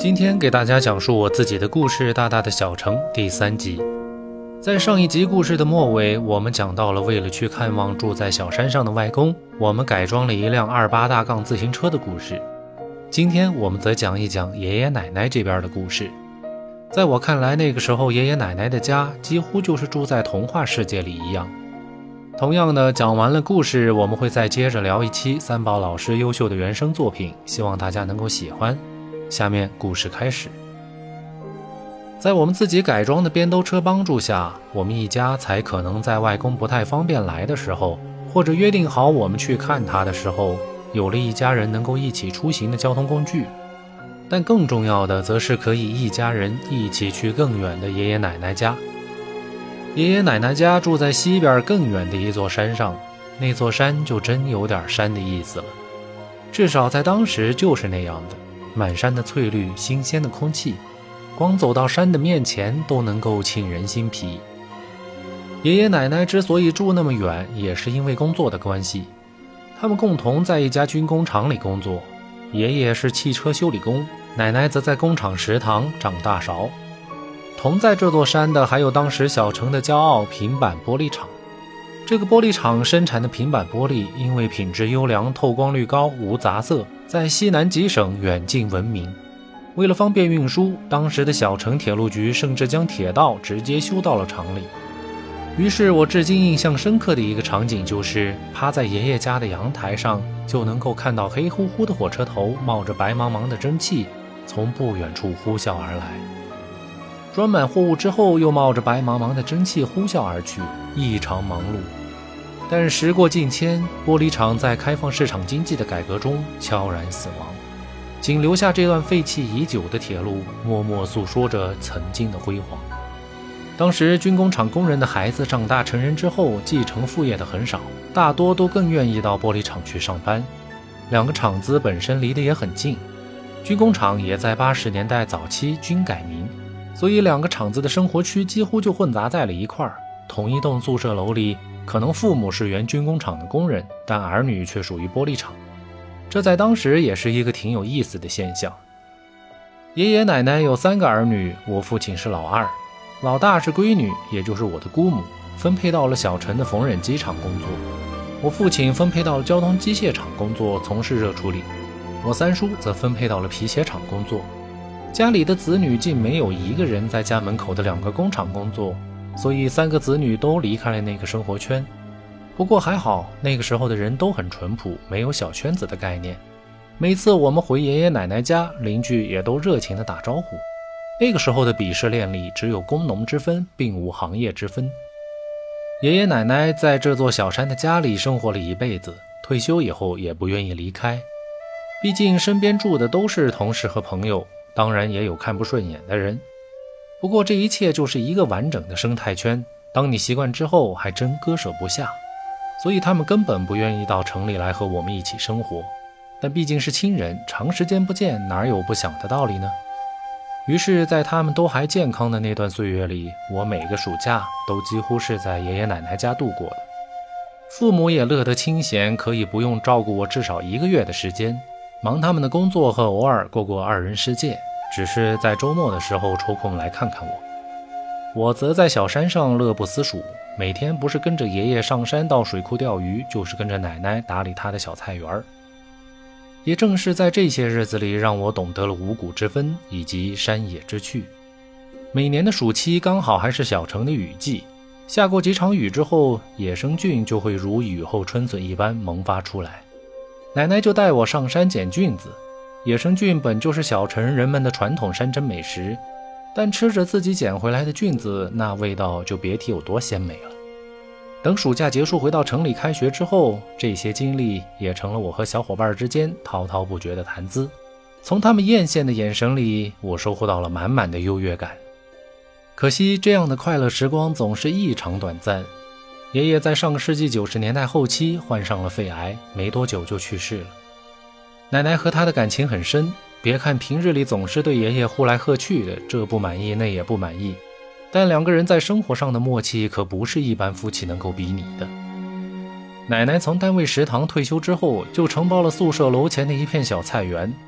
今天给大家讲述我自己的故事《大大的小城》第3集。在上一集故事的末尾，我们讲到了为了去看望住在小山上的外公，我们改装了一辆28大杠自行车的故事。今天我们则讲一讲爷爷奶奶这边的故事。在我看来，那个时候爷爷奶奶的家几乎就是住在童话世界里一样。同样的，讲完了故事，我们会再接着聊一期三宝老师优秀的原声作品，希望大家能够喜欢。下面故事开始。在我们自己改装的边兜车帮助下，我们一家才可能在外公不太方便来的时候，或者约定好我们去看他的时候，有了一家人能够一起出行的交通工具。但更重要的则是可以一家人一起去更远的爷爷奶奶家。爷爷奶奶家住在西边更远的一座山上，那座山就真有点山的意思了，至少在当时就是那样的，满山的翠绿，新鲜的空气，光走到山的面前都能够沁人心脾。爷爷奶奶之所以住那么远，也是因为工作的关系，他们共同在一家军工厂里工作，爷爷是汽车修理工，奶奶则在工厂食堂掌大勺。同在这座山的还有当时小城的骄傲平板玻璃厂。这个玻璃厂生产的平板玻璃因为品质优良，透光率高，无杂色，在西南几省远近闻名。为了方便运输，当时的小城铁路局甚至将铁道直接修到了厂里。于是我至今印象深刻的一个场景就是趴在爷爷家的阳台上，就能够看到黑乎乎的火车头冒着白茫茫的蒸汽从不远处呼啸而来，装满货物之后又冒着白茫茫的蒸汽呼啸而去，异常忙碌。但时过境迁，玻璃厂在开放市场经济的改革中悄然死亡，仅留下这段废弃已久的铁路，默默诉说着曾经的辉煌。当时军工厂工人的孩子长大成人之后，继承父业的很少，大多都更愿意到玻璃厂去上班。两个厂子本身离得也很近，军工厂也在80年代早期军改名，所以两个厂子的生活区几乎就混杂在了一块儿。同一栋宿舍楼里，可能父母是原军工厂的工人，但儿女却属于玻璃厂，这在当时也是一个挺有意思的现象。爷爷奶奶有3个儿女，我父亲是老二，老大是闺女，也就是我的姑母，分配到了小城的缝纫机厂工作。我父亲分配到了交通机械厂工作，从事热处理。我三叔则分配到了皮鞋厂工作。家里的子女竟没有一个人在家门口的2个工厂工作，所以3个子女都离开了那个生活圈。不过还好，那个时候的人都很淳朴，没有小圈子的概念。每次我们回爷爷奶奶家，邻居也都热情地打招呼。那个时候的鄙视链里只有工农之分，并无行业之分。爷爷奶奶在这座小山的家里生活了一辈子，退休以后也不愿意离开。毕竟身边住的都是同事和朋友，当然也有看不顺眼的人。不过这一切就是一个完整的生态圈，当你习惯之后还真割舍不下，所以他们根本不愿意到城里来和我们一起生活。但毕竟是亲人，长时间不见，哪有不想的道理呢？于是在他们都还健康的那段岁月里，我每个暑假都几乎是在爷爷奶奶家度过的。父母也乐得清闲，可以不用照顾我至少1个月的时间，忙他们的工作和偶尔过2人世界，只是在周末的时候抽空来看看我。我则在小山上乐不思蜀，每天不是跟着爷爷上山到水库钓鱼，就是跟着奶奶打理他的小菜园。也正是在这些日子里，让我懂得了五谷之分以及山野之趣。每年的暑期刚好还是小城的雨季，下过几场雨之后，野生菌就会如雨后春笋一般萌发出来。奶奶就带我上山捡菌子。野生菌本就是小城人们的传统山珍美食，但吃着自己捡回来的菌子，那味道就别提有多鲜美了。等暑假结束回到城里开学之后，这些经历也成了我和小伙伴之间滔滔不绝的谈资。从他们艳羡的眼神里，我收获到了满满的优越感。可惜这样的快乐时光总是异常短暂。爷爷在上个世纪90年代后期患上了肺癌，没多久就去世了。奶奶和他的感情很深，别看平日里总是对爷爷呼来喝去的，这不满意那也不满意，但2个人在生活上的默契可不是一般夫妻能够比拟的。奶奶从单位食堂退休之后，就承包了宿舍楼前的一片小菜园，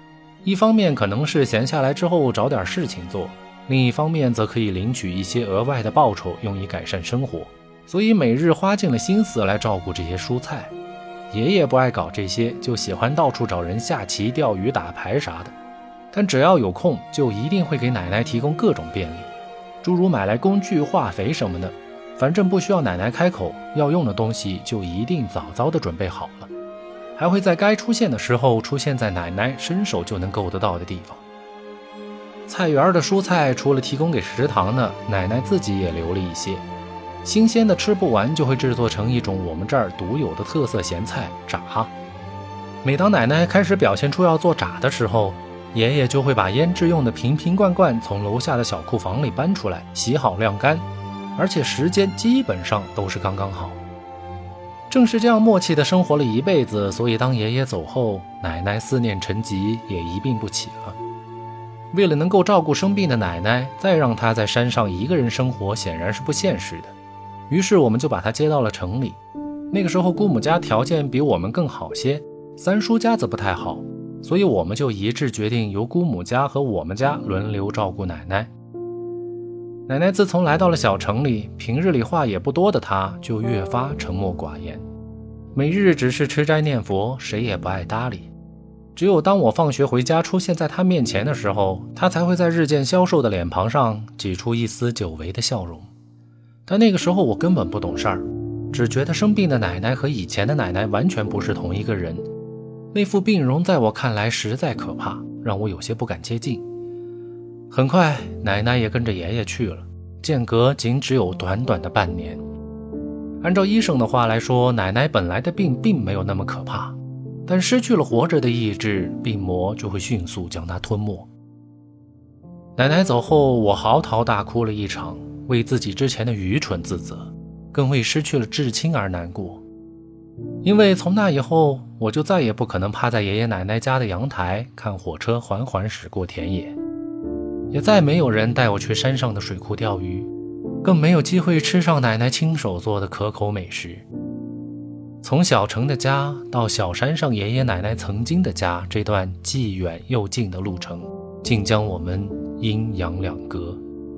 一方面可能是闲下来之后找点事情做，另一方面则可以领取一些额外的报酬，用以改善生活，所以每日花尽了心思来照顾这些蔬菜。爷爷不爱搞这些，就喜欢到处找人下棋、钓鱼、打牌啥的，但只要有空就一定会给奶奶提供各种便利，诸如买来工具、化肥什么的，反正不需要奶奶开口，要用的东西就一定早早的准备好了，还会在该出现的时候出现在奶奶伸手就能够得到的地方。菜园的蔬菜除了提供给食堂的，奶奶自己也留了一些，新鲜的吃不完就会制作成一种我们这儿独有的特色咸菜炸。每当奶奶开始表现出要做炸的时候，爷爷就会把腌制用的瓶瓶罐罐从楼下的小库房里搬出来，洗好晾干，而且时间基本上都是刚刚好。正是这样默契地生活了一辈子，所以当爷爷走后，奶奶思念成疾，也一病不起了。为了能够照顾生病的奶奶，再让她在山上一个人生活显然是不现实的，于是我们就把她接到了城里。那个时候姑母家条件比我们更好些，三叔家则不太好，所以我们就一致决定由姑母家和我们家轮流照顾奶奶。奶奶自从来到了小城里，平日里话也不多的她就越发沉默寡言，每日只是吃斋念佛，谁也不爱搭理。只有当我放学回家出现在她面前的时候，她才会在日渐消瘦的脸庞上挤出一丝久违的笑容。但那个时候我根本不懂事儿，只觉得生病的奶奶和以前的奶奶完全不是同一个人。那副病容在我看来实在可怕，让我有些不敢接近。很快奶奶也跟着爷爷去了，间隔仅只有短短的半年。按照医生的话来说，奶奶本来的病并没有那么可怕，但失去了活着的意志，病魔就会迅速将它吞没。奶奶走后，我嚎啕大哭了一场，为自己之前的愚蠢自责，更为失去了至亲而难过。因为从那以后，我就再也不可能趴在爷爷奶奶家的阳台看火车缓缓驶过田野，也再没有人带我去山上的水库钓鱼，更没有机会吃上奶奶亲手做的可口美食。从小城的家到小山上爷爷奶奶曾经的家，这段既远又近的路程，竟将我们阴阳两隔。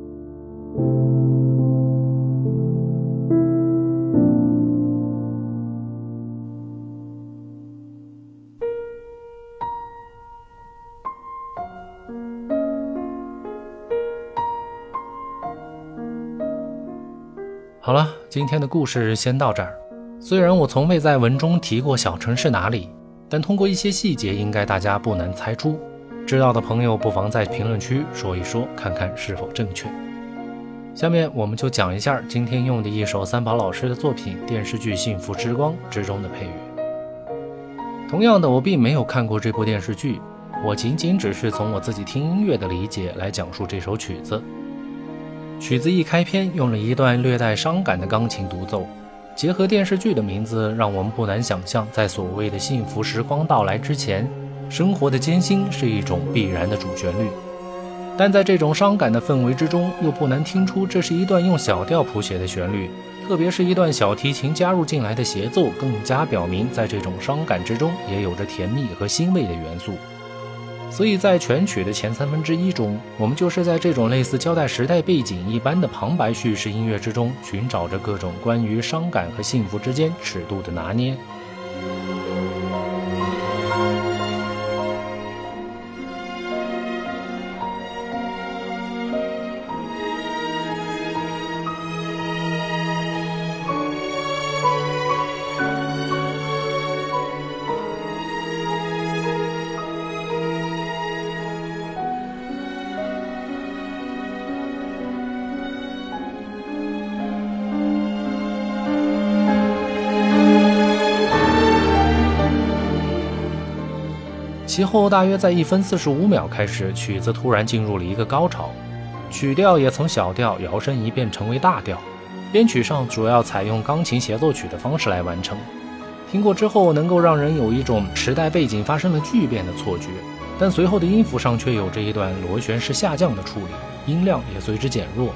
好了，今天的故事先到这儿。虽然我从未在文中提过小城是哪里，但通过一些细节，应该大家不难猜出。知道的朋友不妨在评论区说一说，看看是否正确。下面我们就讲一下今天用的一首三宝老师的作品电视剧《幸福时光》之中的配乐。同样的，我并没有看过这部电视剧，我仅仅只是从我自己听音乐的理解来讲述这首曲子。曲子一开篇用了一段略带伤感的钢琴独奏，结合电视剧的名字，让我们不难想象，在所谓的幸福时光到来之前，生活的艰辛是一种必然的主旋律。但在这种伤感的氛围之中，又不难听出这是一段用小调谱写的旋律，特别是一段小提琴加入进来的协奏，更加表明在这种伤感之中也有着甜蜜和欣慰的元素。所以在全曲的前1/3中，我们就是在这种类似交代时代背景一般的旁白叙事音乐之中，寻找着各种关于伤感和幸福之间尺度的拿捏。其后大约在1分45秒开始，曲子突然进入了一个高潮，曲调也从小调摇身一变成为大调，编曲上主要采用钢琴协奏曲的方式来完成。听过之后能够让人有一种时代背景发生了巨变的错觉，但随后的音符上却有着一段螺旋式下降的处理，音量也随之减弱。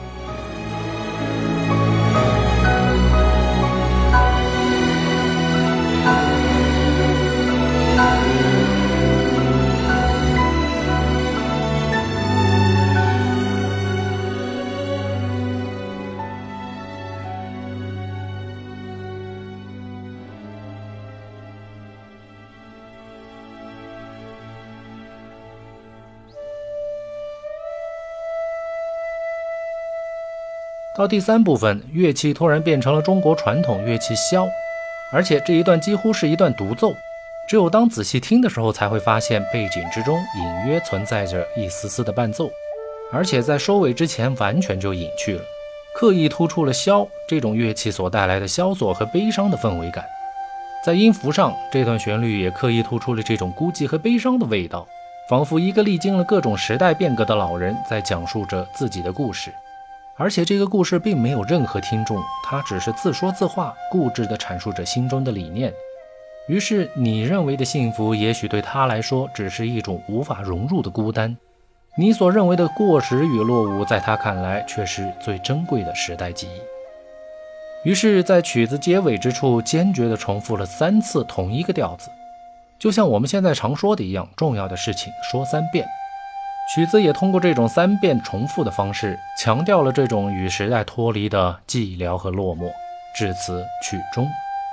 到第3部分，乐器突然变成了中国传统乐器箫，而且这一段几乎是一段独奏，只有当仔细听的时候才会发现背景之中隐约存在着一丝丝的伴奏，而且在收尾之前完全就隐去了，刻意突出了箫这种乐器所带来的萧索和悲伤的氛围感。在音符上，这段旋律也刻意突出了这种孤寂和悲伤的味道，仿佛一个历经了各种时代变革的老人在讲述着自己的故事。而且这个故事并没有任何听众，他只是自说自话，固执地阐述着心中的理念。于是你认为的幸福，也许对他来说只是一种无法融入的孤单，你所认为的过时与落伍，在他看来却是最珍贵的时代记忆。于是在曲子结尾之处，坚决地重复了3次同一个调子，就像我们现在常说的一样，重要的事情说3遍。曲子也通过这种3遍重复的方式，强调了这种与时代脱离的寂寥和落寞。至此曲终。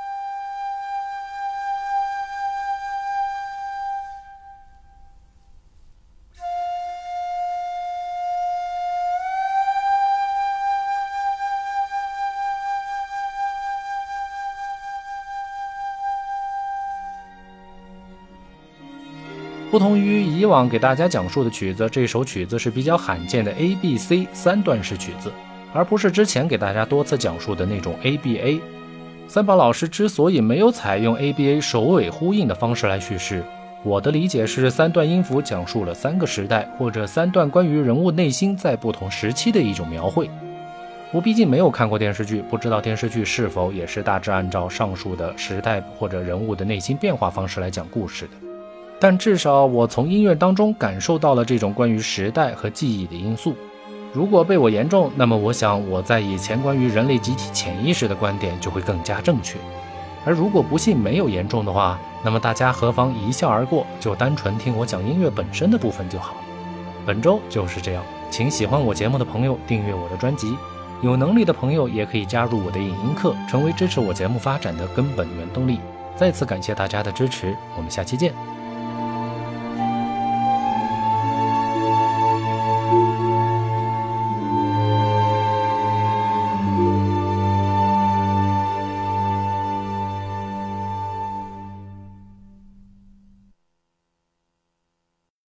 不同于以往给大家讲述的曲子，这首曲子是比较罕见的 ABC 3段式曲子，而不是之前给大家多次讲述的那种 ABA。三宝老师之所以没有采用 ABA 首尾呼应的方式来叙事，我的理解是3段音符讲述了3个时代，或者3段关于人物内心在不同时期的一种描绘。我毕竟没有看过电视剧，不知道电视剧是否也是大致按照上述的时代或者人物的内心变化方式来讲故事的。但至少我从音乐当中感受到了这种关于时代和记忆的因素。如果被我言中，那么我想我在以前关于人类集体潜意识的观点就会更加正确。而如果不幸没有言中的话，那么大家何妨一笑而过，就单纯听我讲音乐本身的部分就好。本周就是这样，请喜欢我节目的朋友订阅我的专辑，有能力的朋友也可以加入我的影音课，成为支持我节目发展的根本原动力。再次感谢大家的支持，我们下期见。